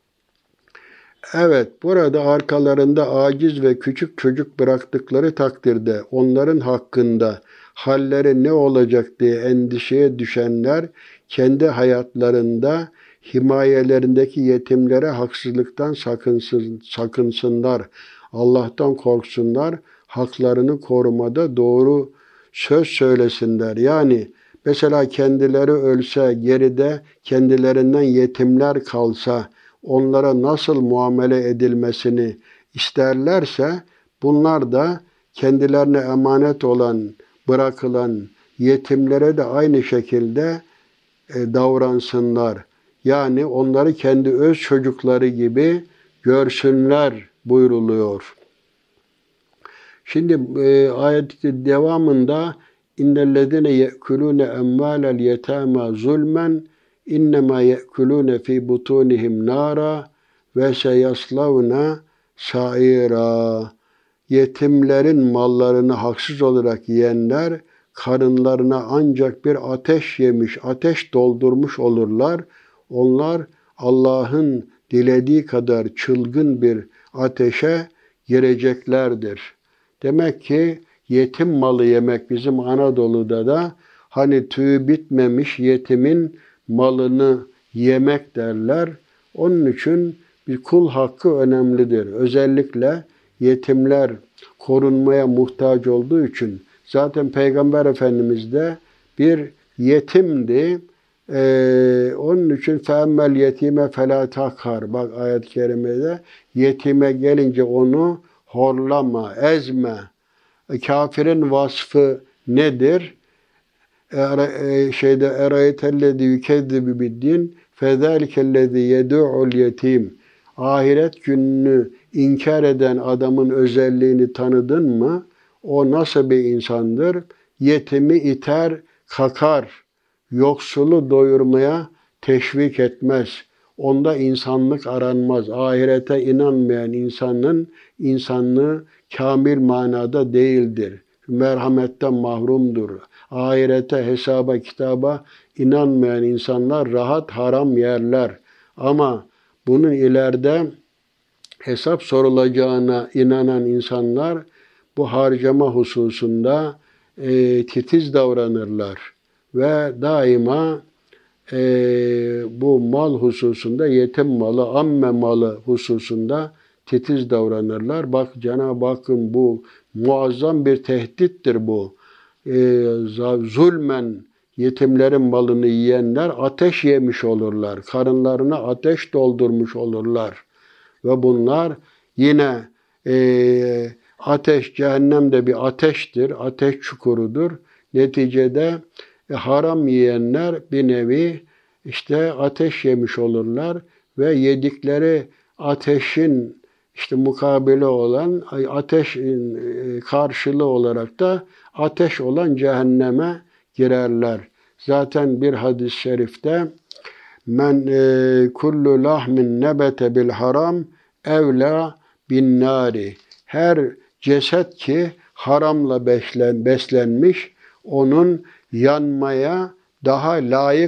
Evet, burada arkalarında aciz ve küçük çocuk bıraktıkları takdirde onların hakkında halleri ne olacak diye endişeye düşenler kendi hayatlarında himayelerindeki yetimlere haksızlıktan sakınsınlar. Allah'tan korksunlar. Haklarını korumada doğru söz söylesinler. Yani mesela kendileri ölse, geride kendilerinden yetimler kalsa, onlara nasıl muamele edilmesini isterlerse, bunlar da kendilerine emanet olan, bırakılan yetimlere de aynı şekilde davransınlar. Yani onları kendi öz çocukları gibi görsünler buyruluyor. Şimdi ayetin devamında innellezine ye'kulune emvalel yetama zulmen innema ye'kulune fi butunihim nara ve seyaslavna saira. Yetimlerin mallarını haksız olarak yiyenler karınlarına ancak bir ateş yemiş, ateş doldurmuş olurlar. Onlar Allah'ın dilediği kadar çılgın bir ateşe gireceklerdir. Demek ki yetim malı yemek bizim Anadolu'da da hani tüyü bitmemiş yetimin malını yemek derler. Onun için bir kul hakkı önemlidir. Özellikle yetimler korunmaya muhtaç olduğu için zaten Peygamber Efendimiz de bir yetimdi. Onun için فَاَمَّا yetime فَلَا تَقْهَرْ. Bak ayet-i kerimede yetime gelince onu horlama, ezme. Kafirin vasfı nedir? Erayetellezi yükezzibu biddin fezâlikellezi yedû'ul yetim. Ahiret gününü inkar eden adamın özelliğini tanıdın mı? O nasıl bir insandır? Yetimi iter, kakar. Yoksulu doyurmaya teşvik etmez. Onda insanlık aranmaz. Ahirete inanmayan insanın insanlığı kamil manada değildir. Merhametten mahrumdur. Ahirete, hesaba, kitaba inanmayan insanlar rahat haram yerler. Ama bunun ileride hesap sorulacağına inanan insanlar bu harcama hususunda titiz davranırlar. Ve daima bu mal hususunda, yetim malı, amme malı hususunda titiz davranırlar. Bak Cenab-ı Hakk'ın bu muazzam bir tehdittir bu. Zulmen yetimlerin malını yiyenler ateş yemiş olurlar. Karınlarına ateş doldurmuş olurlar. Ve bunlar yine ateş, cehennemde bir ateştir, ateş çukurudur. Neticede haram yiyenler bir nevi işte ateş yemiş olurlar ve yedikleri ateşin işte mukabele olan ateş karşılığı olarak da ateş olan cehenneme girerler. Zaten bir hadis-i şerifte men kullu lahmin nebete bil haram evla bin nari. Her ceset ki haramla beslenmiş onun yanmaya daha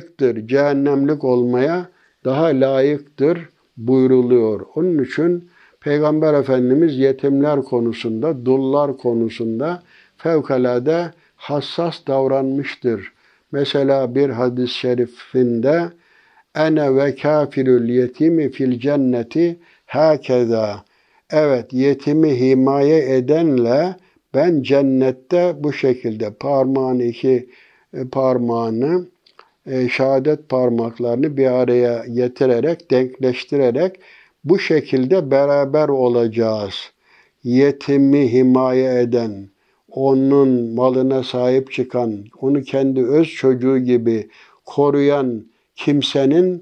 layıktır. Cehennemlik olmaya daha layıktır buyruluyor. Onun için Peygamber Efendimiz yetimler konusunda, dullar konusunda fevkalade hassas davranmıştır. Mesela bir hadis-i şerifinde ene ve kafilül yetimi fil cenneti hakeza. Evet, yetimi himaye edenle ben cennette bu şekilde iki parmağını şehadet parmaklarını bir araya getirerek, denkleştirerek bu şekilde beraber olacağız. Yetimi himaye eden, onun malına sahip çıkan, onu kendi öz çocuğu gibi koruyan kimsenin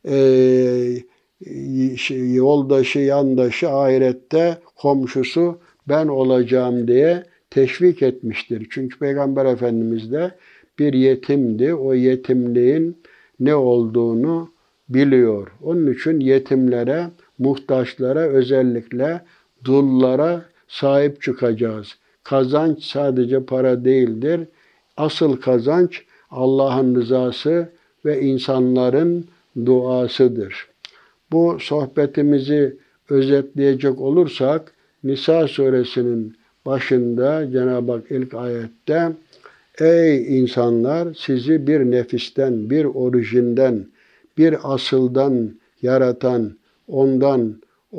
yoldaşı, yandaşı, ahirette komşusu ben olacağım diye teşvik etmiştir. Çünkü Peygamber Efendimiz de bir yetimdi. O yetimliğin ne olduğunu biliyor. Onun için yetimlere, muhtaçlara, özellikle dullara sahip çıkacağız. Kazanç sadece para değildir. Asıl kazanç Allah'ın rızası ve insanların duasıdır. Bu sohbetimizi özetleyecek olursak Nisa suresinin başında Cenab-ı Hak ilk ayette ey insanlar sizi bir nefisten, bir orijinden, bir asıldan yaratan, ondan,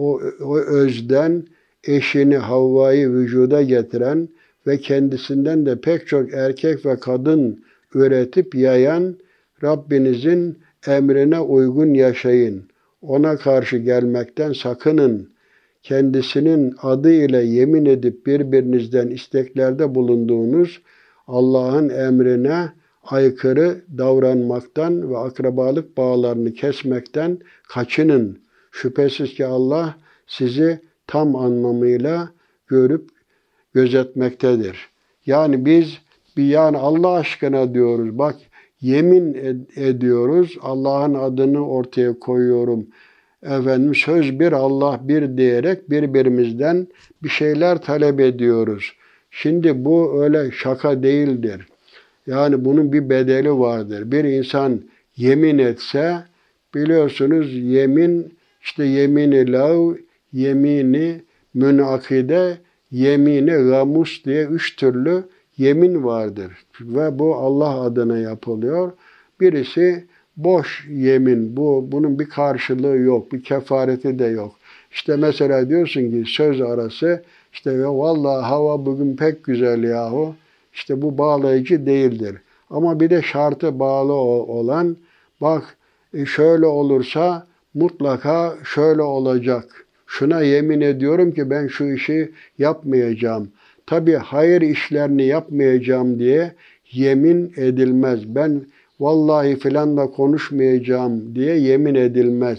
o özden eşini Havva'yı vücuda getiren ve kendisinden de pek çok erkek ve kadın üretip yayan Rabbinizin emrine uygun yaşayın. Ona karşı gelmekten sakının. Kendisinin adı ile yemin edip birbirinizden isteklerde bulunduğunuz Allah'ın emrine aykırı davranmaktan ve akrabalık bağlarını kesmekten kaçının. Şüphesiz ki Allah sizi tam anlamıyla görüp gözetmektedir. Yani biz yani Allah aşkına diyoruz. Bak yemin ediyoruz. Allah'ın adını ortaya koyuyorum. Efendim söz bir Allah bir diyerek birbirimizden bir şeyler talep ediyoruz. Şimdi bu öyle şaka değildir. Yani bunun bir bedeli vardır. Bir insan yemin etse biliyorsunuz yemin işte yemini lav, yemini münakide, yemini gamus diye 3 türlü yemin vardır. Ve bu Allah adına yapılıyor. Birisi boş yemin. Bunun bir karşılığı yok. Bir kefareti de yok. İşte mesela diyorsun ki söz arası işte ya vallahi hava bugün pek güzel yahu. İşte bu bağlayıcı değildir. Ama bir de şartı bağlı olan bak şöyle olursa mutlaka şöyle olacak. Şuna yemin ediyorum ki ben şu işi yapmayacağım. Tabii hayır işlerini yapmayacağım diye yemin edilmez. Ben vallahi filanla konuşmayacağım diye yemin edilmez.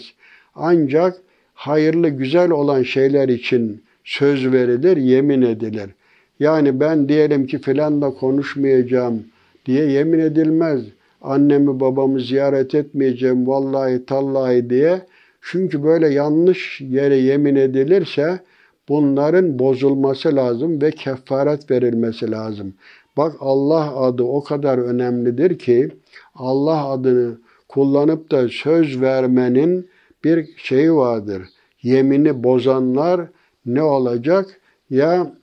Ancak hayırlı güzel olan şeyler için söz verilir, yemin edilir. Yani ben diyelim ki filanla konuşmayacağım diye yemin edilmez. Annemi babamı ziyaret etmeyeceğim vallahi tallahi diye. Çünkü böyle yanlış yere yemin edilirse bunların bozulması lazım ve kefaret verilmesi lazım. Bak Allah adı o kadar önemlidir ki Allah adını kullanıp da söz vermenin bir şeyi vardır. Yemini bozanlar ne olacak? Ya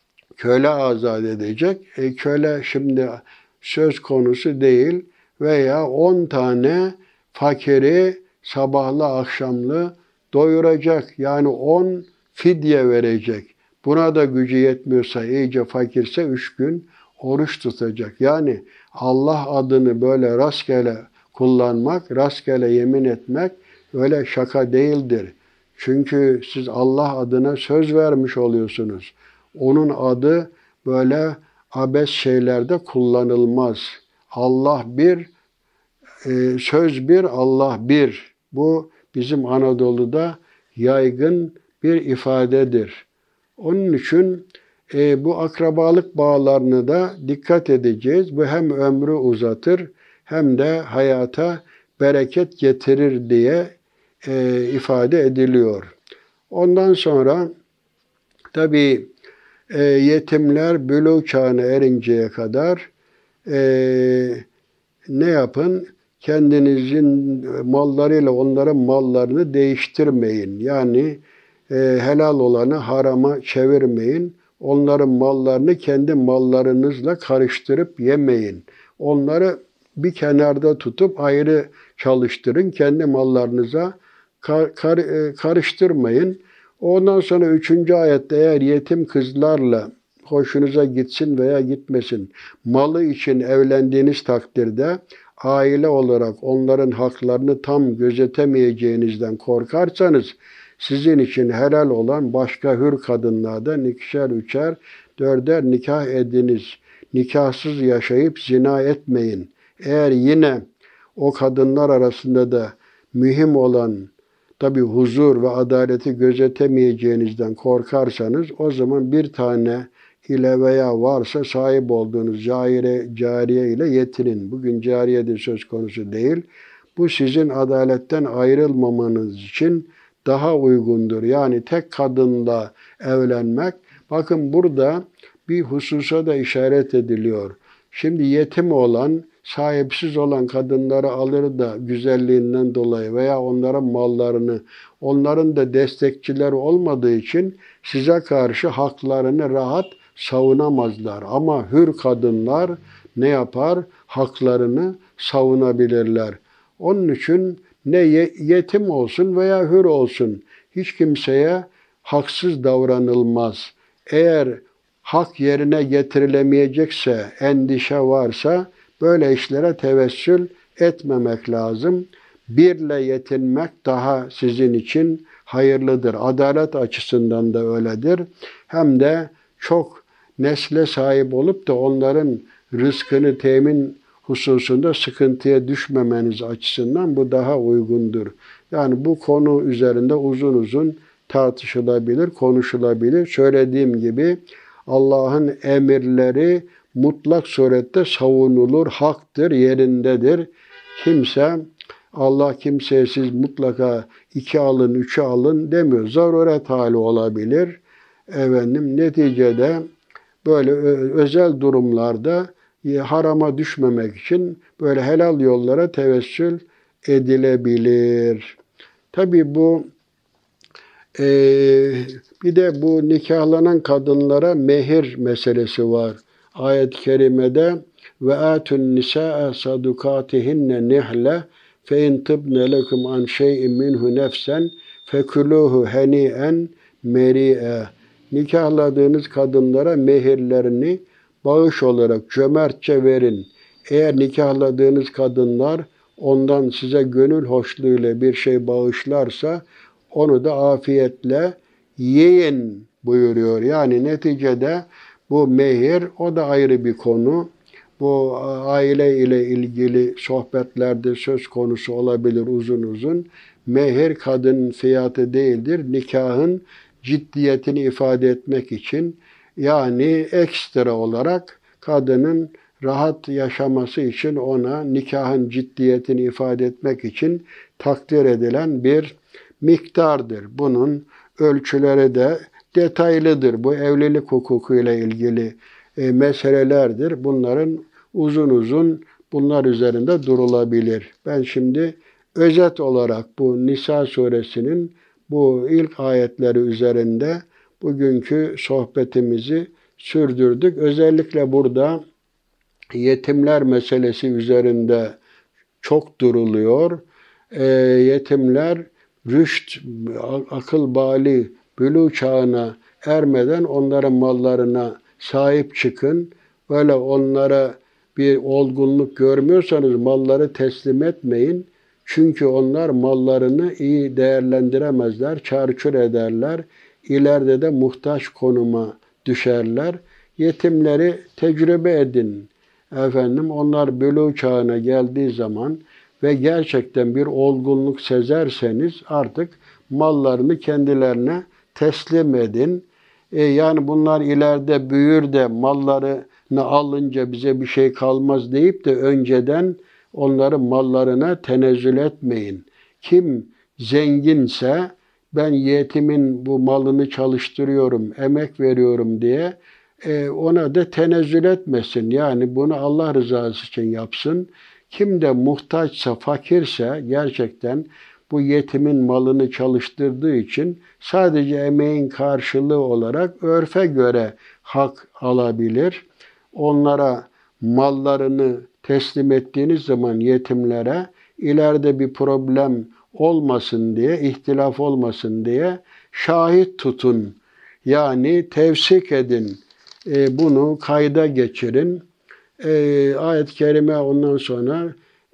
köle azat edecek. Köle şimdi söz konusu değil veya 10 tane fakiri sabahlı akşamlı doyuracak. Yani 10 fidye verecek. Buna da gücü yetmiyorsa, iyice fakirse 3 gün oruç tutacak. Yani Allah adını böyle rastgele kullanmak, rastgele yemin etmek öyle şaka değildir. Çünkü siz Allah adına söz vermiş oluyorsunuz. Onun adı böyle abes şeylerde kullanılmaz. Allah bir, söz bir, Allah bir. Bu bizim Anadolu'da yaygın bir ifadedir. Onun için bu akrabalık bağlarını da dikkat edeceğiz. Bu hem ömrü uzatır hem de hayata bereket getirir diye ifade ediliyor. Ondan sonra tabii yetimler buluğ çağına erinceye kadar ne yapın? Kendinizin mallarıyla onların mallarını değiştirmeyin. Yani helal olanı harama çevirmeyin. Onların mallarını kendi mallarınızla karıştırıp yemeyin. Onları bir kenarda tutup ayrı çalıştırın. Kendi mallarınıza karıştırmayın. Ondan sonra 3. ayette eğer yetim kızlarla hoşunuza gitsin veya gitmesin, malı için evlendiğiniz takdirde aile olarak onların haklarını tam gözetemeyeceğinizden korkarsanız, sizin için helal olan başka hür kadınlardan 2'şer, 3'er, 4'er nikah ediniz. Nikahsız yaşayıp zina etmeyin. Eğer yine o kadınlar arasında da mühim olan tabi huzur ve adaleti gözetemeyeceğinizden korkarsanız, o zaman bir tane ile veya varsa sahip olduğunuz cariye ile yetinin. Bugün cariye de söz konusu değil. Bu sizin adaletten ayrılmamanız için daha uygundur. Yani tek kadınla evlenmek. Bakın burada bir hususa da işaret ediliyor. Şimdi yetim olan, sahipsiz olan kadınları alır da güzelliğinden dolayı veya onların mallarını, onların da destekçileri olmadığı için size karşı haklarını rahat savunamazlar. Ama hür kadınlar ne yapar? Haklarını savunabilirler. Onun için ne yetim olsun veya hür olsun, hiç kimseye haksız davranılmaz. Eğer hak yerine getirilemeyecekse, endişe varsa böyle işlere tevessül etmemek lazım. Birle yetinmek daha sizin için hayırlıdır. Adalet açısından da öyledir. Hem de çok nesle sahip olup da onların rızkını temin hususunda sıkıntıya düşmemeniz açısından bu daha uygundur. Yani bu konu üzerinde uzun uzun tartışılabilir, konuşulabilir. Söylediğim gibi Allah'ın emirleri mutlak surette savunulur, haktır, yerindedir. Allah kimseye siz mutlaka 2 alın, 3'ü alın demiyor. Zaruret hali olabilir. Neticede böyle özel durumlarda harama düşmemek için böyle helal yollara tevessül edilebilir. Tabii bu bir de bu nikahlanan kadınlara mehir meselesi var. Ayet-i kerimede ve atun nisaa sadukatihinne nihle fe in tibne lekum an şey'in minhu nefsen fekuluhu hani'en meri'e. Nikahladığınız kadınlara mehirlerini bağış olarak cömertçe verin. Eğer nikahladığınız kadınlar ondan size gönül hoşluğuyla bir şey bağışlarsa onu da afiyetle yiyin buyuruyor. Yani neticede bu mehir, o da ayrı bir konu. Bu aile ile ilgili sohbetlerde söz konusu olabilir uzun uzun. Mehir kadın fiyatı değildir. Nikahın ciddiyetini ifade etmek için, yani ekstra olarak kadının rahat yaşaması için ona nikahın ciddiyetini ifade etmek için takdir edilen bir miktardır. Bunun ölçüleri de detaylıdır. Bu evlilik hukukuyla ilgili meselelerdir. Bunların uzun uzun bunlar üzerinde durulabilir. Ben şimdi özet olarak bu Nisa suresinin bu ilk ayetleri üzerinde bugünkü sohbetimizi sürdürdük. Özellikle burada yetimler meselesi üzerinde çok duruluyor. Yetimler rüşt, akıl bali, bülûğ çağına ermeden onların mallarına sahip çıkın. Böyle onlara bir olgunluk görmüyorsanız malları teslim etmeyin. Çünkü onlar mallarını iyi değerlendiremezler, çarçur ederler. İleride de muhtaç konuma düşerler. Yetimleri tecrübe edin. Onlar bülûğ çağına geldiği zaman ve gerçekten bir olgunluk sezerseniz artık mallarını kendilerine teslim edin. Yani bunlar ileride büyür de mallarını alınca bize bir şey kalmaz deyip de önceden onların mallarına tenezzül etmeyin. Kim zenginse ben yetimin bu malını çalıştırıyorum, emek veriyorum diye ona da tenezzül etmesin. Yani bunu Allah rızası için yapsın. Kim de muhtaçsa, fakirse gerçekten bu yetimin malını çalıştırdığı için sadece emeğin karşılığı olarak örfe göre hak alabilir. Onlara mallarını teslim ettiğiniz zaman yetimlere ileride bir problem olmasın diye, ihtilaf olmasın diye şahit tutun. Yani tevsik edin. Bunu kayda geçirin. Ayet-i kerime ondan sonra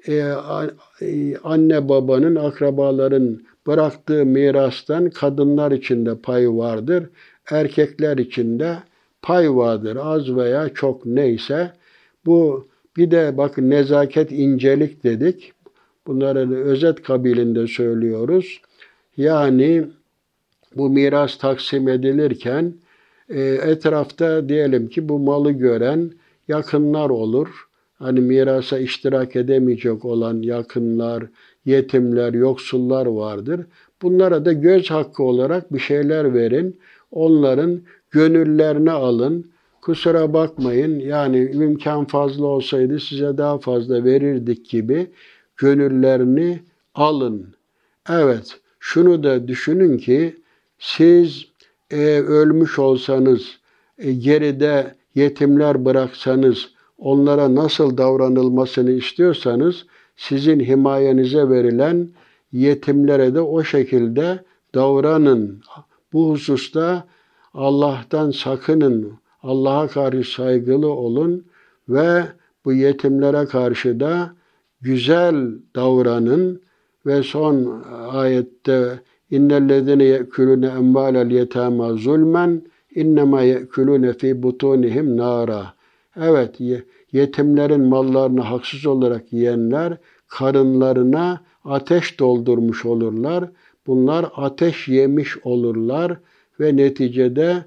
anne babanın, akrabaların bıraktığı mirastan kadınlar için de pay vardır. Erkekler için de pay vardır. Az veya çok neyse. Bu bir de bakın nezaket, incelik dedik. Bunları özet kabilinde söylüyoruz. Yani bu miras taksim edilirken etrafta diyelim ki bu malı gören yakınlar olur. Hani mirasa iştirak edemeyecek olan yakınlar, yetimler, yoksullar vardır. Bunlara da göz hakkı olarak bir şeyler verin. Onların gönüllerini alın. Kusura bakmayın, yani imkan fazla olsaydı size daha fazla verirdik gibi gönüllerini alın. Evet, şunu da düşünün ki siz ölmüş olsanız, geride yetimler bıraksanız, onlara nasıl davranılmasını istiyorsanız, sizin himayenize verilen yetimlere de o şekilde davranın. Bu hususta Allah'tan sakının, Allah'a karşı saygılı olun ve bu yetimlere karşı da güzel davranın ve son ayette İnnellezine ye'kulune emvalel yetama zulmen innema ye'kulune fi butunihim nara. Evet, yetimlerin mallarını haksız olarak yiyenler karınlarına ateş doldurmuş olurlar. Bunlar ateş yemiş olurlar ve neticede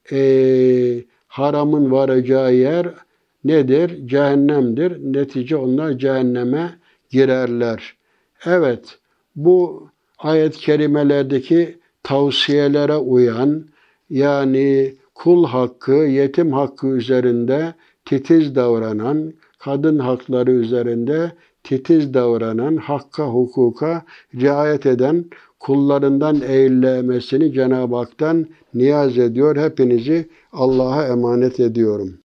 haramın varacağı yer nedir? Cehennemdir. Netice onlar cehenneme girerler. Evet, bu ayet-i kerimelerdeki tavsiyelere uyan, yani kul hakkı, yetim hakkı üzerinde titiz davranan, kadın hakları üzerinde titiz davranan, hakka, hukuka riayet eden kullarından eylemesini Cenab-ı Hak'tan niyaz ediyor. Hepinizi Allah'a emanet ediyorum.